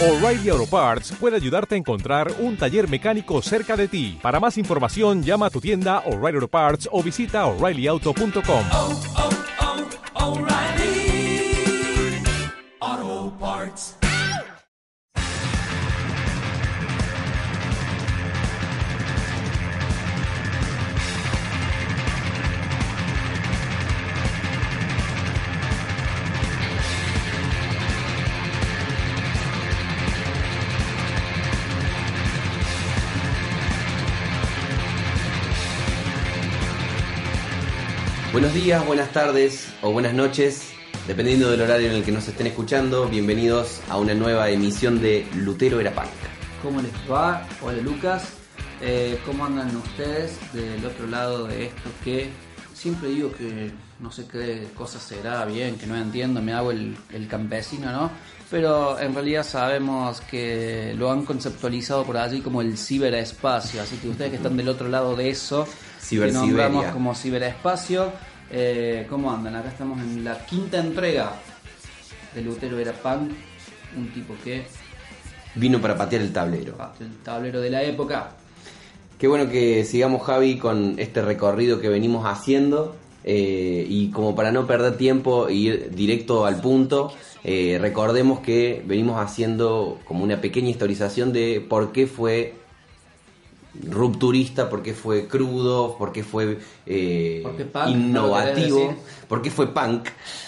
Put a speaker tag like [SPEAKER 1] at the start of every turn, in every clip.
[SPEAKER 1] O'Reilly Auto Parts puede ayudarte a encontrar un taller mecánico cerca de ti. Para más información, llama a tu tienda O'Reilly Auto Parts o visita O'ReillyAuto.com.
[SPEAKER 2] O'Reilly Auto Parts.
[SPEAKER 3] Buenos días, buenas tardes o buenas noches, dependiendo del horario en el que nos estén escuchando. Bienvenidos a una nueva emisión de Lutero era Punk.
[SPEAKER 4] ¿Cómo les va? Hola Lucas, ¿cómo andan ustedes del otro lado de esto que siempre digo que no sé qué cosa será bien, que no entiendo, me hago el campesino, ¿no? Pero en realidad sabemos que lo han conceptualizado por allí como el ciberespacio, así que ustedes que están del otro lado de eso, que nombramos como ciberespacio, ¿cómo andan? Acá estamos en la quinta entrega de Lutero era Punk, un tipo que
[SPEAKER 3] vino para patear el tablero.
[SPEAKER 4] El tablero de la época.
[SPEAKER 3] Qué bueno que sigamos, Javi, con este recorrido que venimos haciendo. Y como para no perder tiempo e ir directo al punto, recordemos que venimos haciendo como una pequeña historización de por qué fue rupturista, por qué fue crudo, por qué fue
[SPEAKER 4] punk,
[SPEAKER 3] innovativo, por qué fue punk,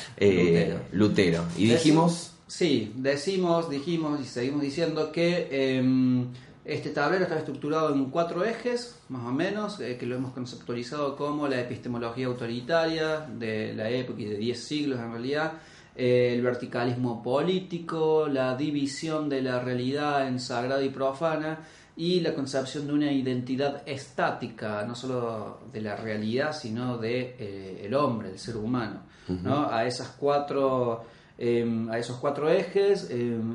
[SPEAKER 3] Lutero. Y dijimos...
[SPEAKER 4] Sí, dijimos y seguimos diciendo que este tablero está estructurado en 4 ejes, más o menos, que lo hemos conceptualizado como la epistemología autoritaria de la época y de 10 siglos en realidad, el verticalismo político, la división de la realidad en sagrada y profana y la concepción de una identidad estática, no solo de la realidad, sino de el hombre, el ser humano, ¿no? A esos cuatro ejes,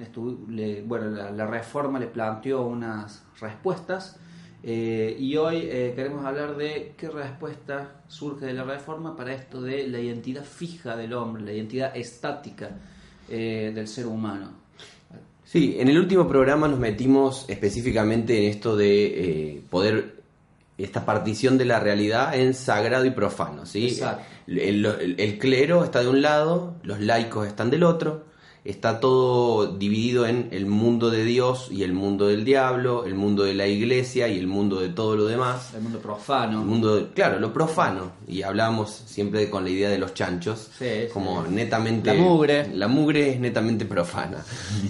[SPEAKER 4] la Reforma le planteó unas respuestas y hoy queremos hablar de qué respuesta surge de la Reforma para esto de la identidad fija del hombre, la identidad estática del ser humano.
[SPEAKER 3] Sí, en el último programa nos metimos específicamente en esto de esta partición de la realidad en sagrado y profano, ¿sí?
[SPEAKER 4] Exacto.
[SPEAKER 3] El clero está de un lado, los laicos están del otro, está todo dividido en el mundo de Dios y el mundo del diablo, el mundo de la iglesia y el mundo de todo lo demás.
[SPEAKER 4] El mundo profano.
[SPEAKER 3] Claro, lo profano. Y hablábamos siempre con la idea de los chanchos, como netamente... La mugre es netamente profana.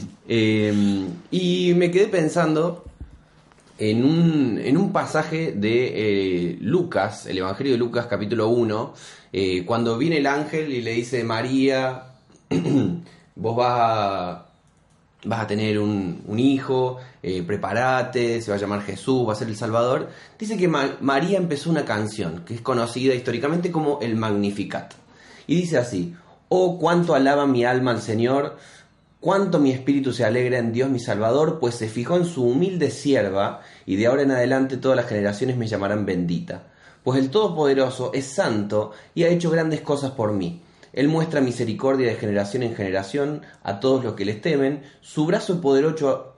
[SPEAKER 3] Y me quedé pensando en un pasaje de Lucas, el Evangelio de Lucas, capítulo 1, cuando viene el ángel y le dice: María, vos vas a tener un hijo, prepárate, se va a llamar Jesús, va a ser el Salvador. Dice que María empezó una canción que es conocida históricamente como el Magnificat. Y dice así: oh, cuánto alaba mi alma al Señor, cuánto mi espíritu se alegra en Dios mi Salvador, pues se fijó en su humilde sierva, y de ahora en adelante todas las generaciones me llamarán bendita. Pues el Todopoderoso es santo y ha hecho grandes cosas por mí. Él muestra misericordia de generación en generación a todos los que les temen. Su brazo poderoso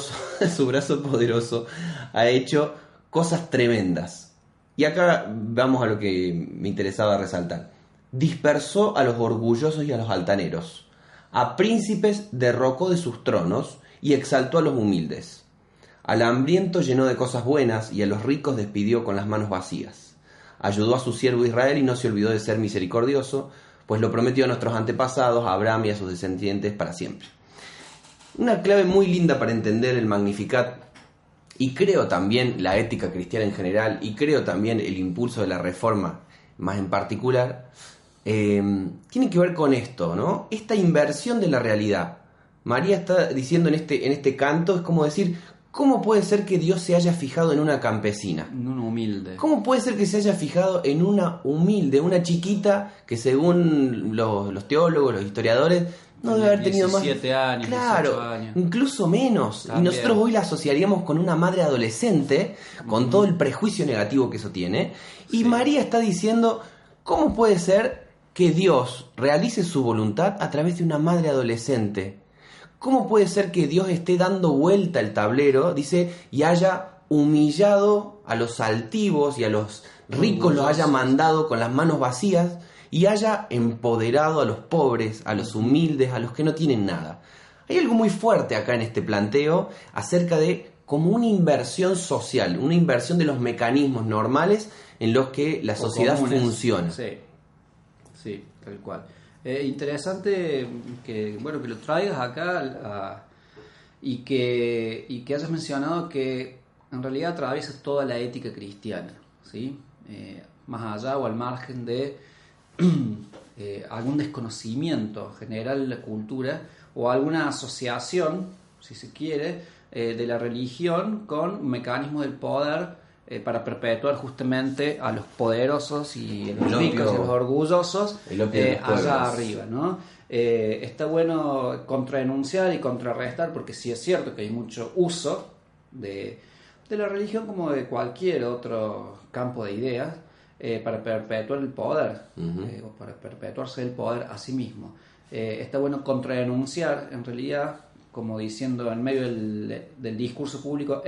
[SPEAKER 3] ha hecho cosas tremendas. Y acá vamos a lo que me interesaba resaltar. Dispersó a los orgullosos y a los altaneros. A príncipes derrocó de sus tronos y exaltó a los humildes. Al hambriento llenó de cosas buenas y a los ricos despidió con las manos vacías. Ayudó a su siervo Israel y no se olvidó de ser misericordioso, pues lo prometió a nuestros antepasados, a Abraham y a sus descendientes para siempre. Una clave muy linda para entender el Magnificat, y creo también la ética cristiana en general, y creo también el impulso de la Reforma más en particular, tiene que ver con esto, ¿no? Esta inversión de la realidad. María está diciendo en este canto, es como decir: ¿cómo puede ser que Dios se haya fijado en una campesina?
[SPEAKER 4] En una humilde.
[SPEAKER 3] ¿Cómo puede ser que se haya fijado en una humilde, una chiquita que según los teólogos, los historiadores, no debe haber tenido más...
[SPEAKER 4] 17 años,
[SPEAKER 3] claro,
[SPEAKER 4] 18 años.
[SPEAKER 3] Incluso menos. También. Y nosotros hoy la asociaríamos con una madre adolescente, con todo el prejuicio negativo que eso tiene. Y María está diciendo: ¿cómo puede ser que Dios realice su voluntad a través de una madre adolescente? ¿Cómo puede ser que Dios esté dando vuelta el tablero, dice, y haya humillado a los altivos y a los ricos los haya mandado con las manos vacías y haya empoderado a los pobres, a los humildes, a los que no tienen nada? Hay algo muy fuerte acá en este planteo acerca de como una inversión social, una inversión de los mecanismos normales en los que la sociedad funciona.
[SPEAKER 4] Sí, tal cual. Interesante que lo traigas acá y que hayas mencionado que en realidad atraviesa toda la ética cristiana, ¿sí? Más allá o al margen de algún desconocimiento general de la cultura o alguna asociación, si se quiere, de la religión con mecanismos del poder para perpetuar justamente a los poderosos y a los ricos y a los orgullosos allá arriba, ¿no? Está bueno contraenunciar y contrarrestar, porque sí es cierto que hay mucho uso de la religión como de cualquier otro campo de ideas para perpetuar el poder o para perpetuarse el poder a sí mismo. Está bueno contraenunciar, en realidad, como diciendo en medio del discurso público,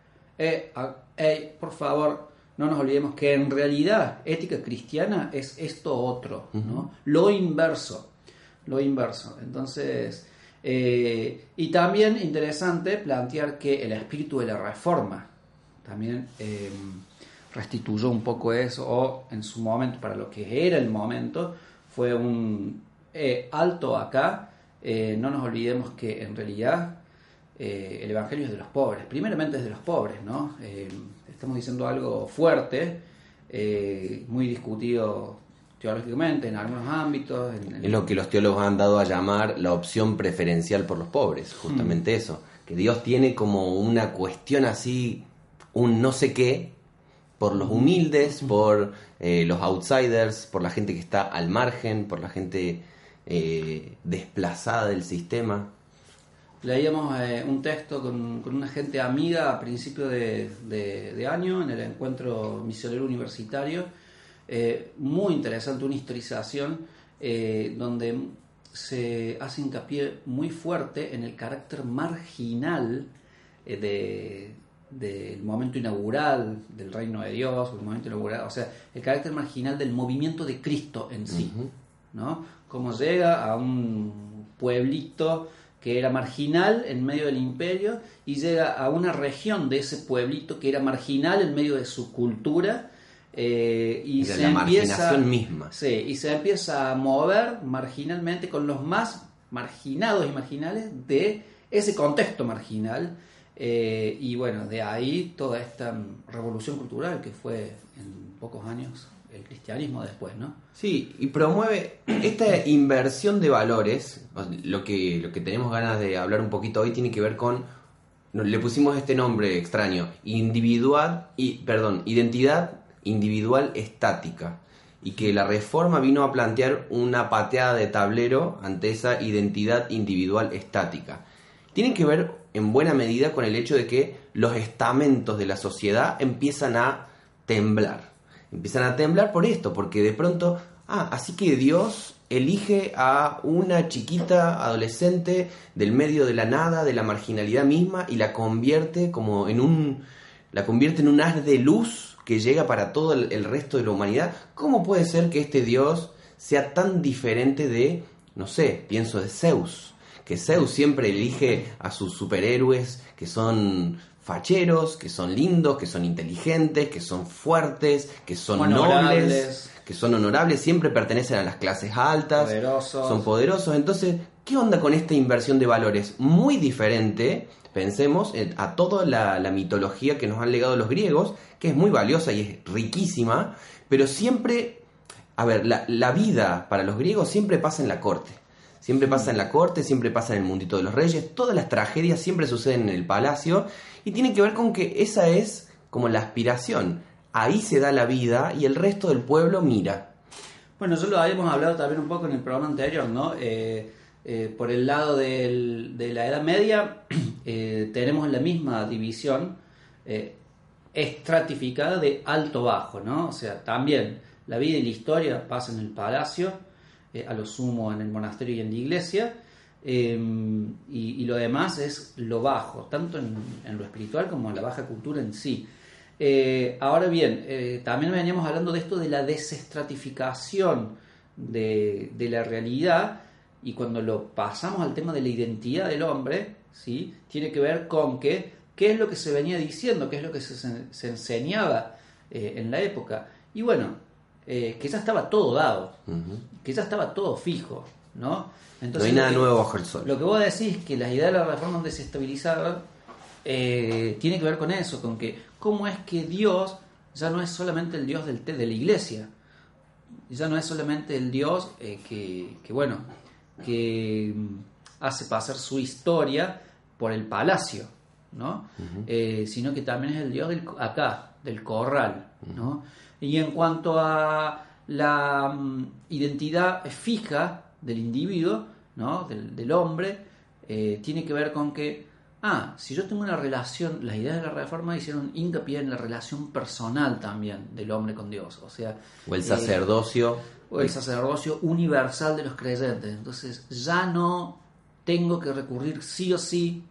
[SPEAKER 4] por favor, no nos olvidemos que en realidad ética cristiana es esto otro, ¿no? Lo inverso. Entonces, y también interesante plantear que el espíritu de la Reforma también restituyó un poco eso, o en su momento, para lo que era el momento, fue un alto acá. No nos olvidemos que en realidad el evangelio es de los pobres, primeramente es de los pobres, ¿no? Estamos diciendo algo fuerte, muy discutido teológicamente en algunos ámbitos.
[SPEAKER 3] Es lo que los teólogos han dado a llamar la opción preferencial por los pobres, justamente eso, que Dios tiene como una cuestión así, un no sé qué, por los humildes, por los outsiders, por la gente que está al margen, por la gente desplazada del sistema.
[SPEAKER 4] Leíamos un texto con una gente amiga a principio de año en el encuentro misionero universitario, muy interesante, una historización donde se hace hincapié muy fuerte en el carácter marginal del momento inaugural del reino de Dios, el momento inaugural, o sea, el carácter marginal del movimiento de Cristo en sí, ¿no? Cómo llega a un pueblito que era marginal en medio del imperio y llega a una región de ese pueblito que era marginal en medio de su cultura, y
[SPEAKER 3] se la marginación misma.
[SPEAKER 4] Sí, y se empieza a mover marginalmente con los más marginados y marginales de ese contexto marginal, y bueno, de ahí toda esta revolución cultural que fue en pocos años el cristianismo después, ¿no?
[SPEAKER 3] Sí, y promueve esta inversión de valores. Lo que tenemos ganas de hablar un poquito hoy tiene que ver con, le pusimos este nombre extraño, identidad individual estática, y que la Reforma vino a plantear una pateada de tablero ante esa identidad individual estática. Tiene que ver en buena medida con el hecho de que los estamentos de la sociedad empiezan a temblar. Empiezan a temblar por esto, porque de pronto, así que Dios elige a una chiquita adolescente del medio de la nada, de la marginalidad misma, y la convierte como en un haz de luz que llega para todo el resto de la humanidad. ¿Cómo puede ser que este Dios sea tan diferente de, no sé, pienso de Zeus? Que Zeus siempre elige a sus superhéroes que son facheros, que son lindos, que son inteligentes, que son fuertes, que son nobles, que son honorables, siempre pertenecen a las clases altas, son poderosos. Entonces, ¿qué onda con esta inversión de valores? Muy diferente, pensemos, a toda la mitología que nos han legado los griegos, que es muy valiosa y es riquísima, pero siempre, la vida para los griegos siempre pasa en la corte. Siempre pasa en la corte, siempre pasa en el mundito de los reyes, todas las tragedias siempre suceden en el palacio, y tiene que ver con que esa es como la aspiración. Ahí se da la vida y el resto del pueblo mira.
[SPEAKER 4] Bueno, eso lo habíamos hablado también un poco en el programa anterior, ¿no? Por el lado de la Edad Media tenemos la misma división estratificada de alto-bajo, ¿no? O sea, también la vida y la historia pasan en el palacio, a lo sumo en el monasterio y en la iglesia, y lo demás es lo bajo, tanto en lo espiritual como en la baja cultura en sí. Ahora bien, también veníamos hablando de esto de la desestratificación de la realidad, y cuando lo pasamos al tema de la identidad del hombre, ¿sí? Tiene que ver con qué es lo que se venía diciendo, qué es lo que se enseñaba en la época. Y bueno, que ya estaba todo dado, que ya estaba todo fijo, ¿no? Entonces,
[SPEAKER 3] no hay nada nuevo bajo el sol.
[SPEAKER 4] Lo que vos decís, que las ideas de la reforma desestabilizadas, tiene que ver con eso, con que cómo es que Dios ya no es solamente el Dios de la iglesia, ya no es solamente el Dios que hace pasar su historia por el palacio, ¿no? Sino que también es el Dios del corral, ¿no? Y en cuanto a la identidad fija del individuo, ¿no? del hombre, tiene que ver con que si yo tengo una relación, las ideas de la reforma hicieron hincapié en la relación personal también del hombre con Dios, o sea,
[SPEAKER 3] o el sacerdocio
[SPEAKER 4] universal de los creyentes. Entonces ya no tengo que recurrir sí o sí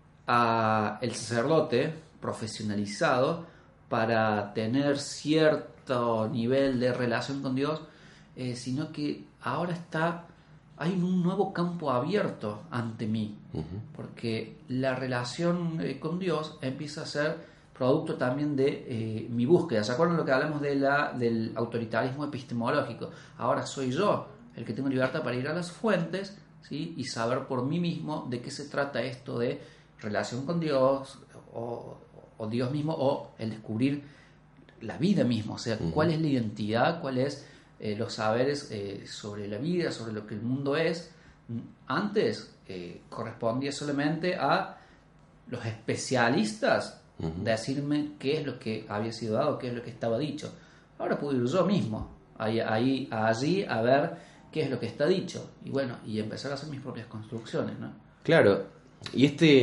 [SPEAKER 4] a el sacerdote profesionalizado para tener cierto nivel de relación con Dios, sino que ahora hay un nuevo campo abierto ante mí, porque la relación con Dios empieza a ser producto también de mi búsqueda. ¿Se acuerdan lo que hablamos del autoritarismo epistemológico? Ahora soy yo el que tengo libertad para ir a las fuentes, ¿sí? Y saber por mí mismo de qué se trata esto de relación con Dios, o Dios mismo, o el descubrir la vida misma, o sea, cuál es la identidad, cuál es los saberes sobre la vida, sobre lo que el mundo es. Antes correspondía solamente a los especialistas decirme qué es lo que había sido dado, qué es lo que estaba dicho. Ahora puedo ir yo mismo allí a ver qué es lo que está dicho, y bueno, y empezar a hacer mis propias construcciones, ¿no?
[SPEAKER 3] Claro, y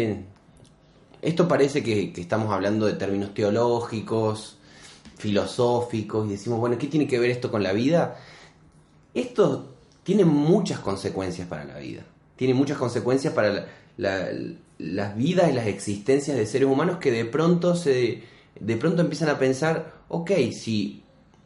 [SPEAKER 3] esto parece que estamos hablando de términos teológicos, filosóficos, y decimos, bueno, ¿qué tiene que ver esto con la vida? Esto tiene muchas consecuencias para la vida. Tiene muchas consecuencias para las vidas y las existencias de seres humanos que de pronto empiezan a pensar, ok, si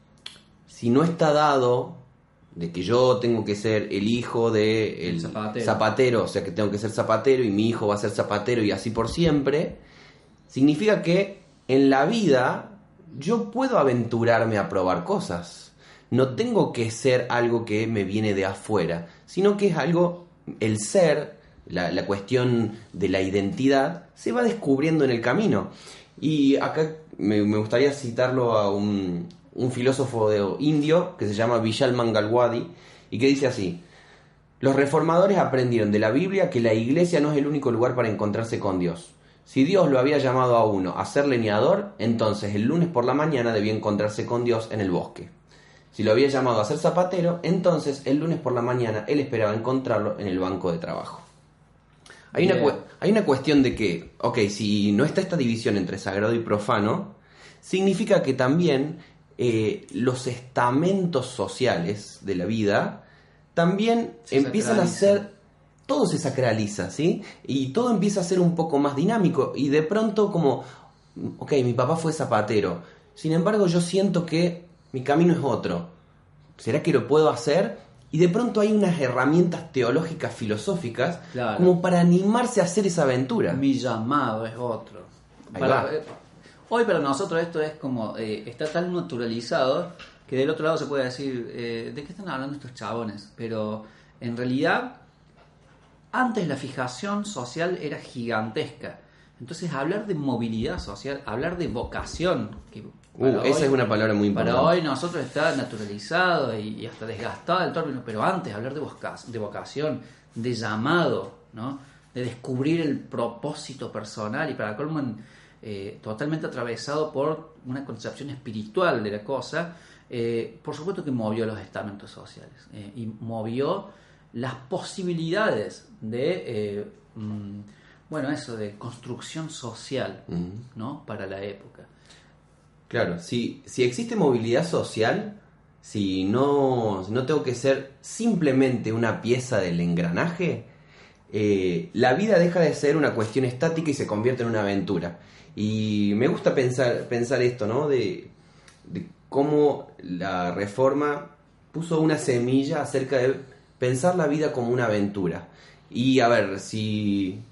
[SPEAKER 3] no está dado de que yo tengo que ser el hijo del zapatero, o sea que tengo que ser zapatero y mi hijo va a ser zapatero y así por siempre, significa que en la vida yo puedo aventurarme a probar cosas. No tengo que ser algo que me viene de afuera, sino que es algo, el ser, la cuestión de la identidad, se va descubriendo en el camino. Y acá me gustaría citarlo a un filósofo indio que se llama Vishal Mangalwadi, y que dice así: los reformadores aprendieron de la Biblia que la iglesia no es el único lugar para encontrarse con Dios. Si Dios lo había llamado a uno a ser leñador, entonces el lunes por la mañana debía encontrarse con Dios en el bosque. Si lo había llamado a ser zapatero, entonces el lunes por la mañana él esperaba encontrarlo en el banco de trabajo. Hay una cuestión de que, ok, si no está esta división entre sagrado y profano, significa que también los estamentos sociales de la vida también empiezan a ser... Todo se sacraliza, ¿sí? Y todo empieza a ser un poco más dinámico. Y de pronto como, ok, mi papá fue zapatero. Sin embargo, yo siento que mi camino es otro. ¿Será que lo puedo hacer? Y de pronto hay unas herramientas teológicas, filosóficas, claro, como para animarse a hacer esa aventura.
[SPEAKER 4] Mi llamado es otro. Hoy para nosotros esto es como, está tan naturalizado que del otro lado se puede decir, ¿de qué están hablando estos chabones? Pero en realidad... antes la fijación social era gigantesca. Entonces hablar de movilidad social, hablar de vocación, que
[SPEAKER 3] esa es una palabra muy importante.
[SPEAKER 4] Para hoy nosotros está naturalizado y hasta desgastado el término, pero antes hablar de vocación, de llamado, ¿no? De descubrir el propósito personal, y para colmo totalmente atravesado por una concepción espiritual de la cosa, por supuesto que movió los estamentos sociales y movió las posibilidades de de construcción social, ¿no? Para la época.
[SPEAKER 3] Claro, si existe movilidad social, si no tengo que ser simplemente una pieza del engranaje, la vida deja de ser una cuestión estática y se convierte en una aventura. Y me gusta pensar esto, ¿no? De cómo la Reforma puso una semilla acerca de pensar la vida como una aventura. Y a ver, si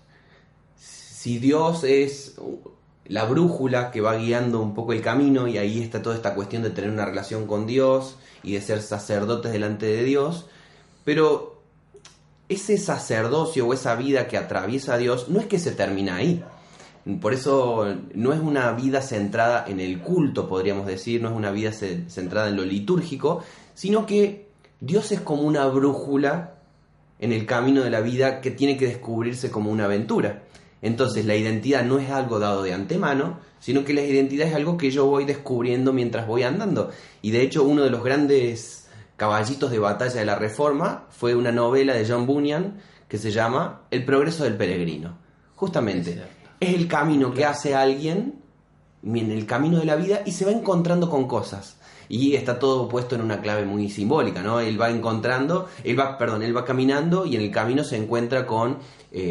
[SPEAKER 3] Dios es la brújula que va guiando un poco el camino, y ahí está toda esta cuestión de tener una relación con Dios y de ser sacerdotes delante de Dios, pero ese sacerdocio o esa vida que atraviesa a Dios no es que se termina ahí. Por eso no es una vida centrada en el culto, podríamos decir, no es una vida centrada en lo litúrgico, sino que Dios es como una brújula en el camino de la vida que tiene que descubrirse como una aventura. Entonces la identidad no es algo dado de antemano, sino que la identidad es algo que yo voy descubriendo mientras voy andando. Y de hecho uno de los grandes caballitos de batalla de la Reforma fue una novela de John Bunyan que se llama El progreso del peregrino. Justamente, es el camino que hace alguien en el camino de la vida y se va encontrando con cosas. Y está todo puesto en una clave muy simbólica, ¿no? Él va caminando y en el camino se encuentra con,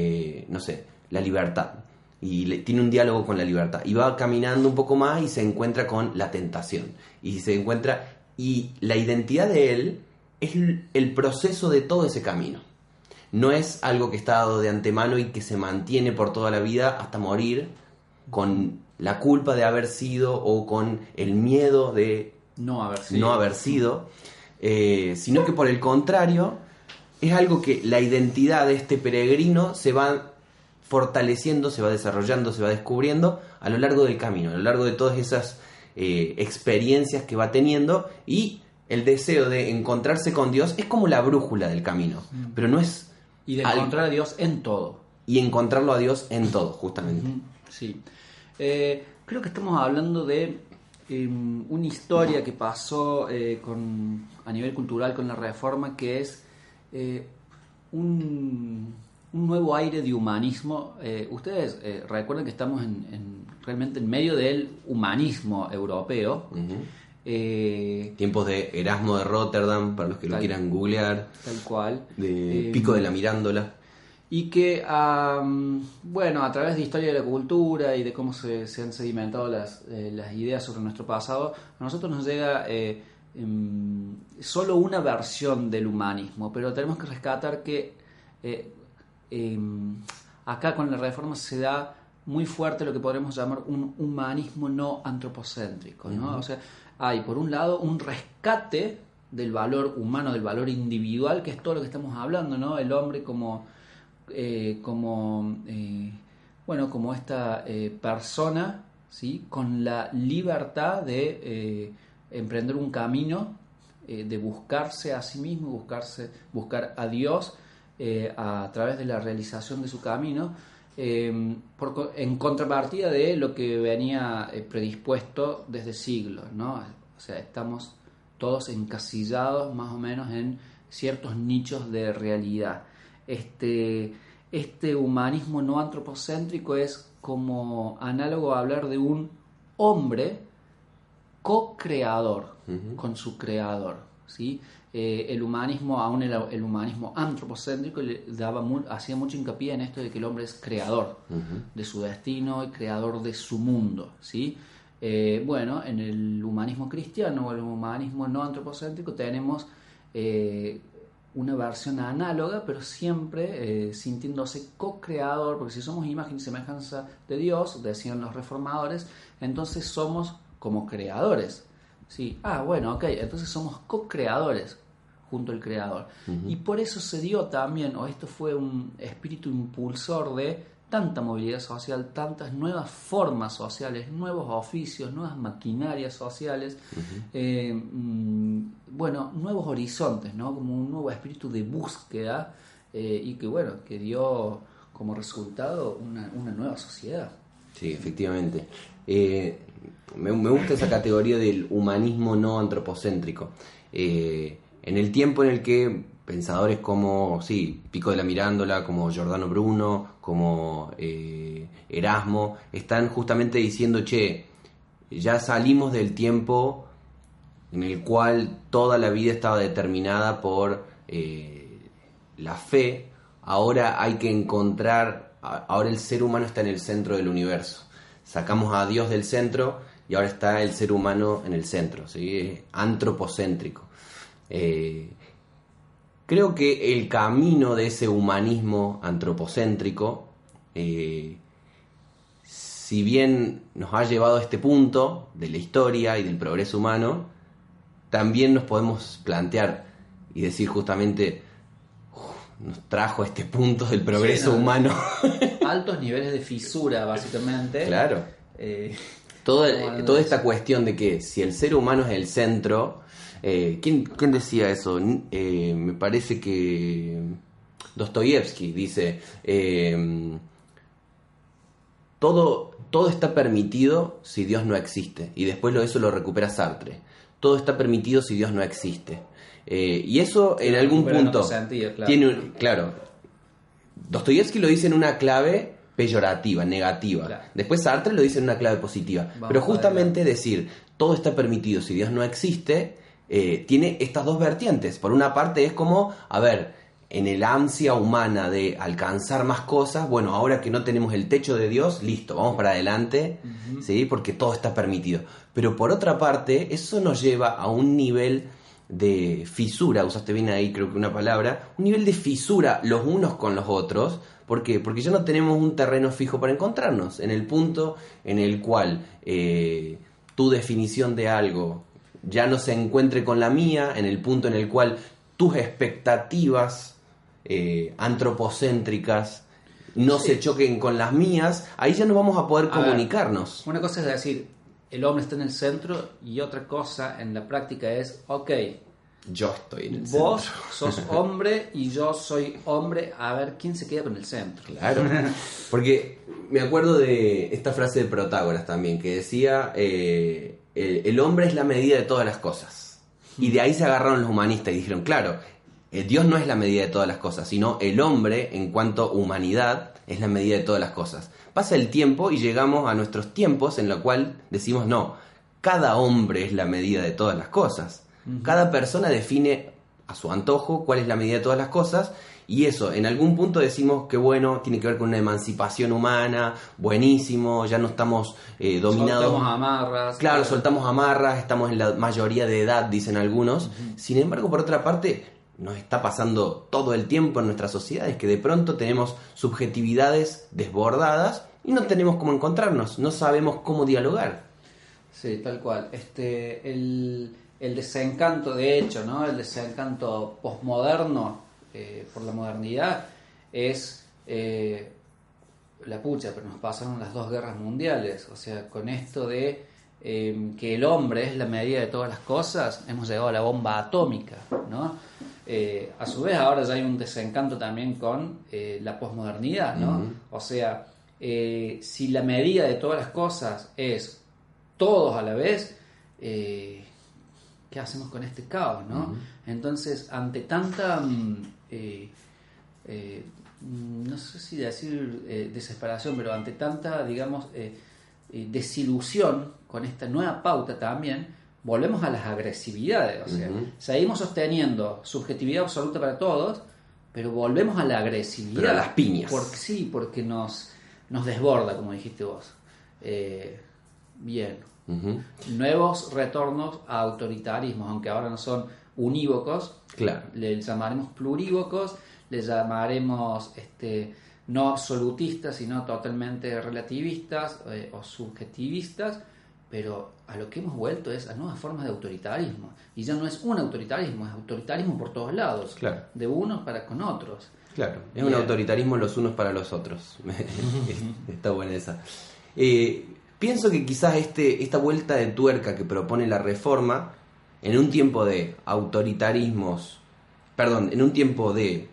[SPEAKER 3] la libertad. Y tiene un diálogo con la libertad. Y va caminando un poco más y se encuentra con la tentación. Y la identidad de él es el proceso de todo ese camino. No es algo que está dado de antemano y que se mantiene por toda la vida hasta morir con la culpa de haber sido o con el miedo de no haber sido, sino que por el contrario es algo que la identidad de este peregrino se va fortaleciendo, se va desarrollando, se va descubriendo a lo largo del camino, a lo largo de todas esas experiencias que va teniendo, y el deseo de encontrarse con Dios es como la brújula del camino, pero no es...
[SPEAKER 4] Y de encontrar a Dios en todo.
[SPEAKER 3] Y encontrarlo a Dios en todo, justamente.
[SPEAKER 4] Sí. Creo que estamos hablando de una historia que pasó a nivel cultural con la Reforma, que es un nuevo aire de humanismo. Ustedes recuerden que estamos realmente en medio del humanismo europeo.
[SPEAKER 3] Tiempos de Erasmo de Rotterdam, para los que lo quieran googlear.
[SPEAKER 4] Tal cual.
[SPEAKER 3] De Pico de la Mirándola.
[SPEAKER 4] Y que, a través de historia de la cultura y de cómo se han sedimentado las ideas sobre nuestro pasado, a nosotros nos llega solo una versión del humanismo, pero tenemos que rescatar que acá con la Reforma se da muy fuerte lo que podremos llamar un humanismo no antropocéntrico, ¿no? O sea, hay por un lado un rescate del valor humano, del valor individual, que es todo lo que estamos hablando, ¿no? El hombre como esta persona, ¿sí? Con la libertad de emprender un camino, de buscarse a sí mismo, buscar a Dios a través de la realización de su camino, en contrapartida de lo que venía predispuesto desde siglos, ¿no? O sea, estamos todos encasillados más o menos en ciertos nichos de realidad. Este humanismo no antropocéntrico es como análogo a hablar de un hombre co-creador con su creador, ¿sí? El humanismo, aún el humanismo antropocéntrico, hacía mucho hincapié en esto de que el hombre es creador de su destino y creador de su mundo, ¿sí? En el humanismo cristiano o el humanismo no antropocéntrico tenemos una versión análoga, pero siempre sintiéndose co-creador, porque si somos imagen y semejanza de Dios, decían los reformadores, entonces somos como creadores, ¿sí? Entonces somos co-creadores junto al Creador. Y por eso se dio también, esto fue un espíritu impulsor de tanta movilidad social, tantas nuevas formas sociales, nuevos oficios, nuevas maquinarias sociales, nuevos horizontes, ¿no? Como un nuevo espíritu de búsqueda y que dio como resultado una nueva sociedad.
[SPEAKER 3] Sí, efectivamente. Me gusta esa categoría del humanismo no antropocéntrico. En el tiempo en el que pensadores como Pico de la Mirándola, como Giordano Bruno, como Erasmo, están justamente diciendo, ya salimos del tiempo en el cual toda la vida estaba determinada por la fe ahora hay que encontrar, ahora el ser humano está en el centro del universo. Sacamos a Dios del centro y ahora está el ser humano en el centro, ¿sí? Es antropocéntrico. Creo que el camino de ese humanismo antropocéntrico, si bien nos ha llevado a este punto de la historia y del progreso humano, también nos podemos plantear y decir justamente, nos trajo a este punto del progreso humano.
[SPEAKER 4] Altos niveles de fisura, básicamente.
[SPEAKER 3] Claro. Toda esta cuestión de que si el ser humano es el centro... ¿quién decía eso? Me parece que Dostoyevsky dice... Todo está permitido si Dios no existe. Y después eso lo recupera Sartre. Todo está permitido si Dios no existe. Y eso en algún punto
[SPEAKER 4] sentido, claro.
[SPEAKER 3] tiene... Claro, Dostoyevsky lo dice en una clave peyorativa, negativa.
[SPEAKER 4] Claro.
[SPEAKER 3] Después Sartre lo dice en una clave positiva.
[SPEAKER 4] Vamos,
[SPEAKER 3] pero justamente decir todo está permitido si Dios no existe, tiene estas dos vertientes. Por una parte es como, a ver, en el ansia humana de alcanzar más cosas, bueno, ahora que no tenemos el techo de Dios, listo, vamos para adelante, ¿sí? Porque todo está permitido. Pero por otra parte, eso nos lleva a un nivel de fisura, usaste bien ahí creo que una palabra, un nivel de fisura los unos con los otros. ¿Por qué? Porque ya no tenemos un terreno fijo para encontrarnos. En el punto en el cual tu definición de algo ya no se encuentre con la mía, en el punto en el cual tus expectativas antropocéntricas no se choquen con las mías, ahí ya no vamos a poder comunicarnos.
[SPEAKER 4] Una cosa es decir, el hombre está en el centro, y otra cosa en la práctica es, ok,
[SPEAKER 3] yo estoy en el
[SPEAKER 4] vos
[SPEAKER 3] centro.
[SPEAKER 4] sos hombre y yo soy hombre, a ver quién se queda con el centro.
[SPEAKER 3] Claro, porque me acuerdo de esta frase de Protágoras también, que decía, el hombre es la medida de todas las cosas. Y de ahí se agarraron los humanistas y dijeron, claro, Dios no es la medida de todas las cosas, sino el hombre, en cuanto humanidad, es la medida de todas las cosas. Pasa el tiempo y llegamos a nuestros tiempos en lo cual decimos, no, cada hombre es la medida de todas las cosas. Cada persona define a su antojo cuál es la medida de todas las cosas, y eso, en algún punto decimos que bueno, tiene que ver con una emancipación humana, buenísimo, ya no estamos dominados.
[SPEAKER 4] Soltamos amarras.
[SPEAKER 3] Claro, soltamos amarras, estamos en la mayoría de edad, dicen algunos. Sin embargo, por otra parte, nos está pasando todo el tiempo en nuestras sociedades que de pronto tenemos subjetividades desbordadas y no tenemos cómo encontrarnos, no sabemos cómo dialogar.
[SPEAKER 4] Sí, tal cual. El desencanto, de hecho, ¿no? El desencanto posmoderno por la modernidad es la pucha, pero nos pasaron las 2 guerras mundiales. O sea, con esto de que el hombre es la medida de todas las cosas, hemos llegado a la bomba atómica, ¿no? A su vez ahora ya hay un desencanto también con la posmodernidad, ¿no? O sea, si la medida de todas las cosas es todos a la vez, ¿qué hacemos con este caos, no? Entonces, ante tanta no sé si decir desesperación, pero ante tanta, digamos, desilusión con esta nueva pauta también, volvemos a las agresividades. O sea, seguimos sosteniendo subjetividad absoluta para todos, pero volvemos a la agresividad.
[SPEAKER 3] Pero a las piñas.
[SPEAKER 4] Porque nos desborda, como dijiste vos. Bien. Nuevos retornos a autoritarismos, aunque ahora no son unívocos.
[SPEAKER 3] Claro.
[SPEAKER 4] Le llamaremos plurívocos, le llamaremos no absolutistas, sino totalmente relativistas o subjetivistas, pero a lo que hemos vuelto es a nuevas formas de autoritarismo. Y ya no es un autoritarismo, es autoritarismo por todos lados. Claro. De unos para con otros.
[SPEAKER 3] Claro, es un autoritarismo los unos para los otros. Está buena esa. Pienso que quizás esta vuelta de tuerca que propone la Reforma, en un tiempo de autoritarismos, en un tiempo de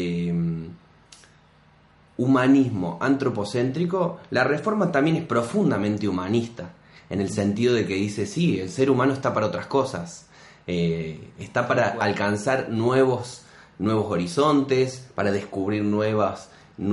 [SPEAKER 3] humanismo antropocéntrico, la Reforma también es profundamente humanista, en el sentido de que dice, sí, el ser humano está para otras cosas, está para alcanzar nuevos horizontes, para descubrir nuevas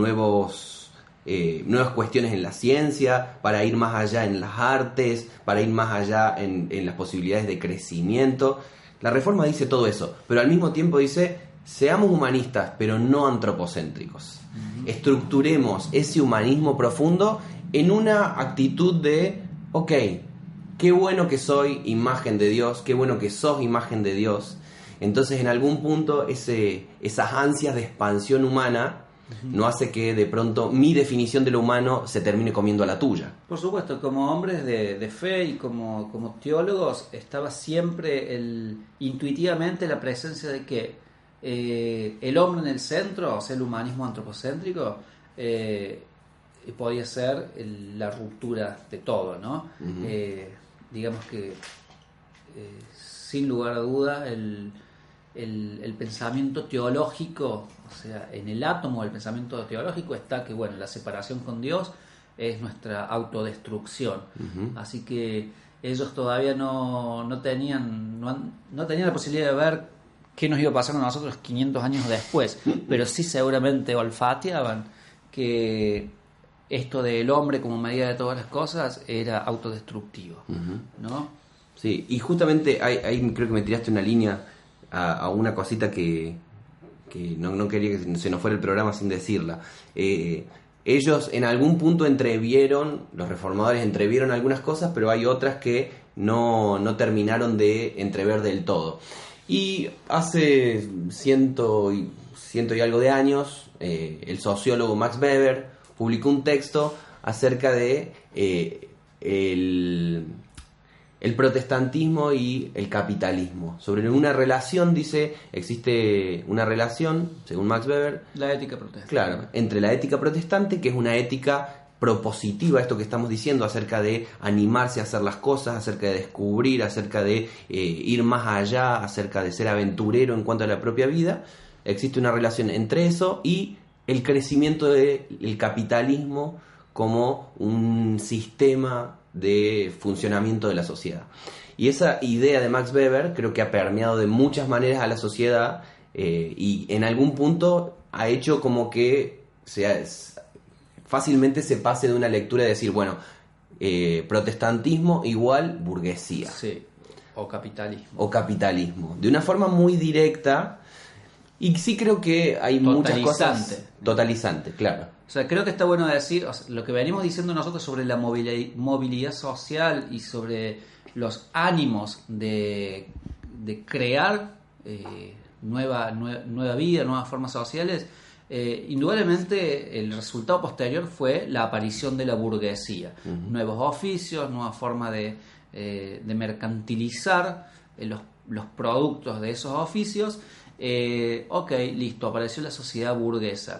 [SPEAKER 3] cuestiones en la ciencia, para ir más allá en las artes, para ir más allá en las posibilidades de crecimiento. La Reforma dice todo eso, pero al mismo tiempo dice seamos humanistas, pero no antropocéntricos. Estructuremos ese humanismo profundo en una actitud de, ok, qué bueno que soy imagen de Dios, qué bueno que sos imagen de Dios. Entonces, en algún punto, esas ansias de expansión humana no hace que de pronto mi definición de lo humano se termine comiendo a la tuya.
[SPEAKER 4] Por supuesto, como hombres de fe y como teólogos, estaba siempre intuitivamente la presencia de que el hombre en el centro, o sea, el humanismo antropocéntrico, podía ser la ruptura de todo, ¿no? Digamos que, sin lugar a duda, el pensamiento teológico, o sea, en el átomo del pensamiento teológico está que, bueno, la separación con Dios es nuestra autodestrucción. Así que ellos todavía no tenían la posibilidad de ver qué nos iba a pasar con nosotros 500 años después, pero sí seguramente olfateaban que esto del hombre como medida de todas las cosas era autodestructivo, ¿no?
[SPEAKER 3] Sí, y justamente ahí creo que me tiraste una línea a una cosita que no quería que se nos fuera el programa sin decirla. Ellos en algún punto los reformadores entrevieron algunas cosas, pero hay otras que no terminaron de entrever del todo. Y hace ciento y algo de años, el sociólogo Max Weber publicó un texto acerca de el protestantismo y el capitalismo. Sobre una relación, dice, existe una relación, según Max Weber,
[SPEAKER 4] la ética protestante.
[SPEAKER 3] Claro, entre la ética protestante, que es una ética propositiva, esto que estamos diciendo, acerca de animarse a hacer las cosas, acerca de descubrir, acerca de ir más allá, acerca de ser aventurero en cuanto a la propia vida. Existe una relación entre eso y el crecimiento del capitalismo como un sistema de funcionamiento de la sociedad. Y esa idea de Max Weber creo que ha permeado de muchas maneras a la sociedad y en algún punto ha hecho como que fácilmente se pase de una lectura de decir, bueno, protestantismo igual burguesía.
[SPEAKER 4] Sí, o capitalismo.
[SPEAKER 3] O capitalismo. De una forma muy directa. Y sí creo que hay muchas cosas... Totalizante, claro.
[SPEAKER 4] O sea, creo que está bueno decir, o sea, lo que venimos diciendo nosotros sobre la movilidad social y sobre los ánimos de crear nueva vida, nuevas formas sociales, indudablemente el resultado posterior fue la aparición de la burguesía. Nuevos oficios, nueva forma de mercantilizar los productos de esos oficios. Ok, listo, apareció la sociedad burguesa.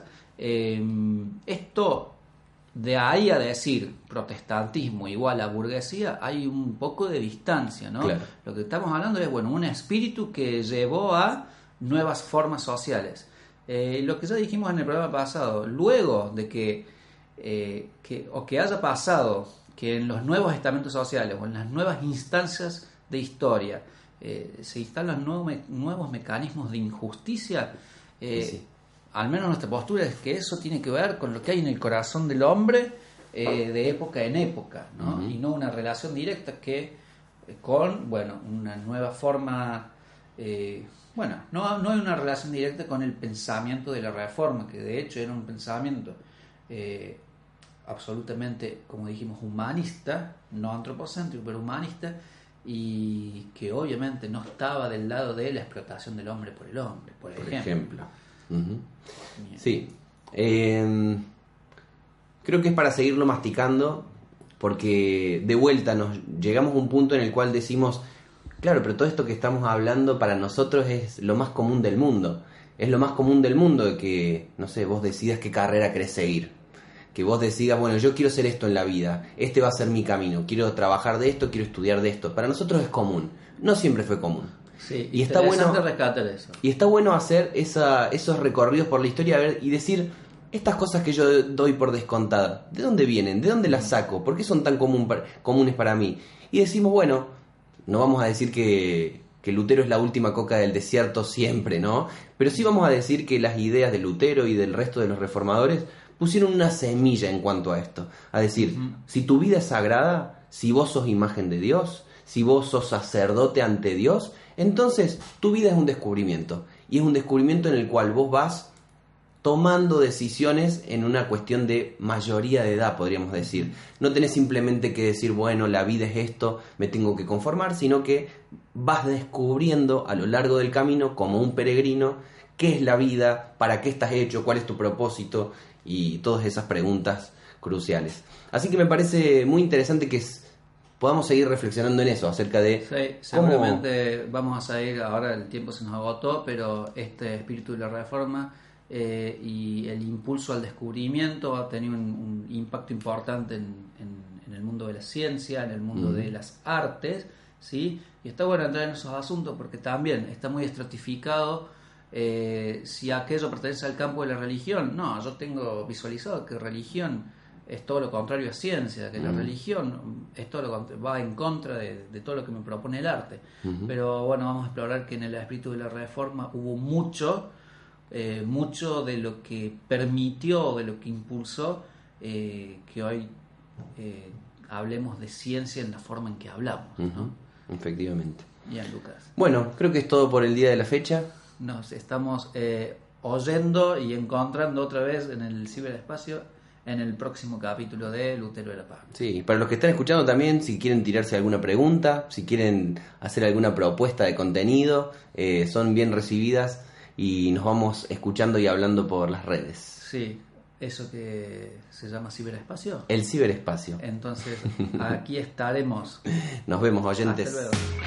[SPEAKER 4] Esto, de ahí a decir protestantismo igual a burguesía, hay un poco de distancia, ¿no?
[SPEAKER 3] Claro.
[SPEAKER 4] Lo que estamos hablando es, bueno, un espíritu que llevó a nuevas formas sociales. Lo que ya dijimos en el programa pasado, luego de que haya pasado que en los nuevos estamentos sociales o en las nuevas instancias de historia se instalan nuevos mecanismos de injusticia,
[SPEAKER 3] Sí.
[SPEAKER 4] Al menos nuestra postura es que eso tiene que ver con lo que hay en el corazón del hombre de época en época, ¿no? Y no una relación directa con, bueno, una nueva forma, no hay una relación directa con el pensamiento de la Reforma, que de hecho era un pensamiento absolutamente, como dijimos, humanista, no antropocéntrico, pero humanista, y que obviamente no estaba del lado de la explotación del hombre por el hombre, por ejemplo.
[SPEAKER 3] Sí. Creo que es para seguirlo masticando, porque de vuelta llegamos a un punto en el cual decimos, claro, pero todo esto que estamos hablando para nosotros es lo más común del mundo. Es lo más común del mundo de que, no sé, vos decidas qué carrera querés seguir. Que vos decidas, bueno, yo quiero hacer esto en la vida, este va a ser mi camino, quiero trabajar de esto, quiero estudiar de esto. Para nosotros es común, no siempre fue común.
[SPEAKER 4] Sí,
[SPEAKER 3] y está bueno
[SPEAKER 4] rescatar eso.
[SPEAKER 3] Y está bueno hacer esos recorridos por la historia y decir, estas cosas que yo doy por descontada, ¿de dónde vienen? ¿De dónde las saco? ¿Por qué son tan comunes para mí? Y decimos, bueno, no vamos a decir que Lutero es la última coca del desierto siempre, ¿no? Pero sí vamos a decir que las ideas de Lutero y del resto de los reformadores pusieron una semilla en cuanto a esto. A decir, si tu vida es sagrada, si vos sos imagen de Dios, si vos sos sacerdote ante Dios, entonces tu vida es un descubrimiento. y es un descubrimiento en el cual vos vas tomando decisiones en una cuestión de mayoría de edad, podríamos decir. No tenés simplemente que decir, bueno, la vida es esto, me tengo que conformar, sino que vas descubriendo a lo largo del camino, como un peregrino, qué es la vida, para qué estás hecho, cuál es tu propósito y todas esas preguntas cruciales. Así que me parece muy interesante que podamos seguir reflexionando en eso, acerca de
[SPEAKER 4] Sí, seguramente vamos a seguir, ahora el tiempo se nos agotó, pero este espíritu de la reforma y el impulso al descubrimiento ha tenido un impacto importante en el mundo de la ciencia, en el mundo de las artes, ¿sí? Y está bueno entrar en esos asuntos porque también está muy estratificado si aquello pertenece al campo de la religión. No, yo tengo visualizado que religión es todo lo contrario a ciencia, que la religión es todo va en contra de todo lo que me propone el arte. Pero bueno, vamos a explorar que en el espíritu de la reforma hubo mucho de lo que permitió, de lo que impulsó que hoy hablemos de ciencia en la forma en que hablamos, ¿no?
[SPEAKER 3] Efectivamente.
[SPEAKER 4] Bien, Lucas.
[SPEAKER 3] Bueno, creo que es todo por el día de la fecha.
[SPEAKER 4] Nos estamos oyendo y encontrando otra vez en el ciberespacio en el próximo capítulo de Lutero de la Paz.
[SPEAKER 3] Sí, para los que están escuchando también, si quieren tirarse alguna pregunta, si quieren hacer alguna propuesta de contenido, son bien recibidas y nos vamos escuchando y hablando por las redes.
[SPEAKER 4] Sí, eso que se llama ciberespacio.
[SPEAKER 3] El ciberespacio.
[SPEAKER 4] Entonces, aquí estaremos.
[SPEAKER 3] Nos vemos, oyentes.
[SPEAKER 4] Hasta luego.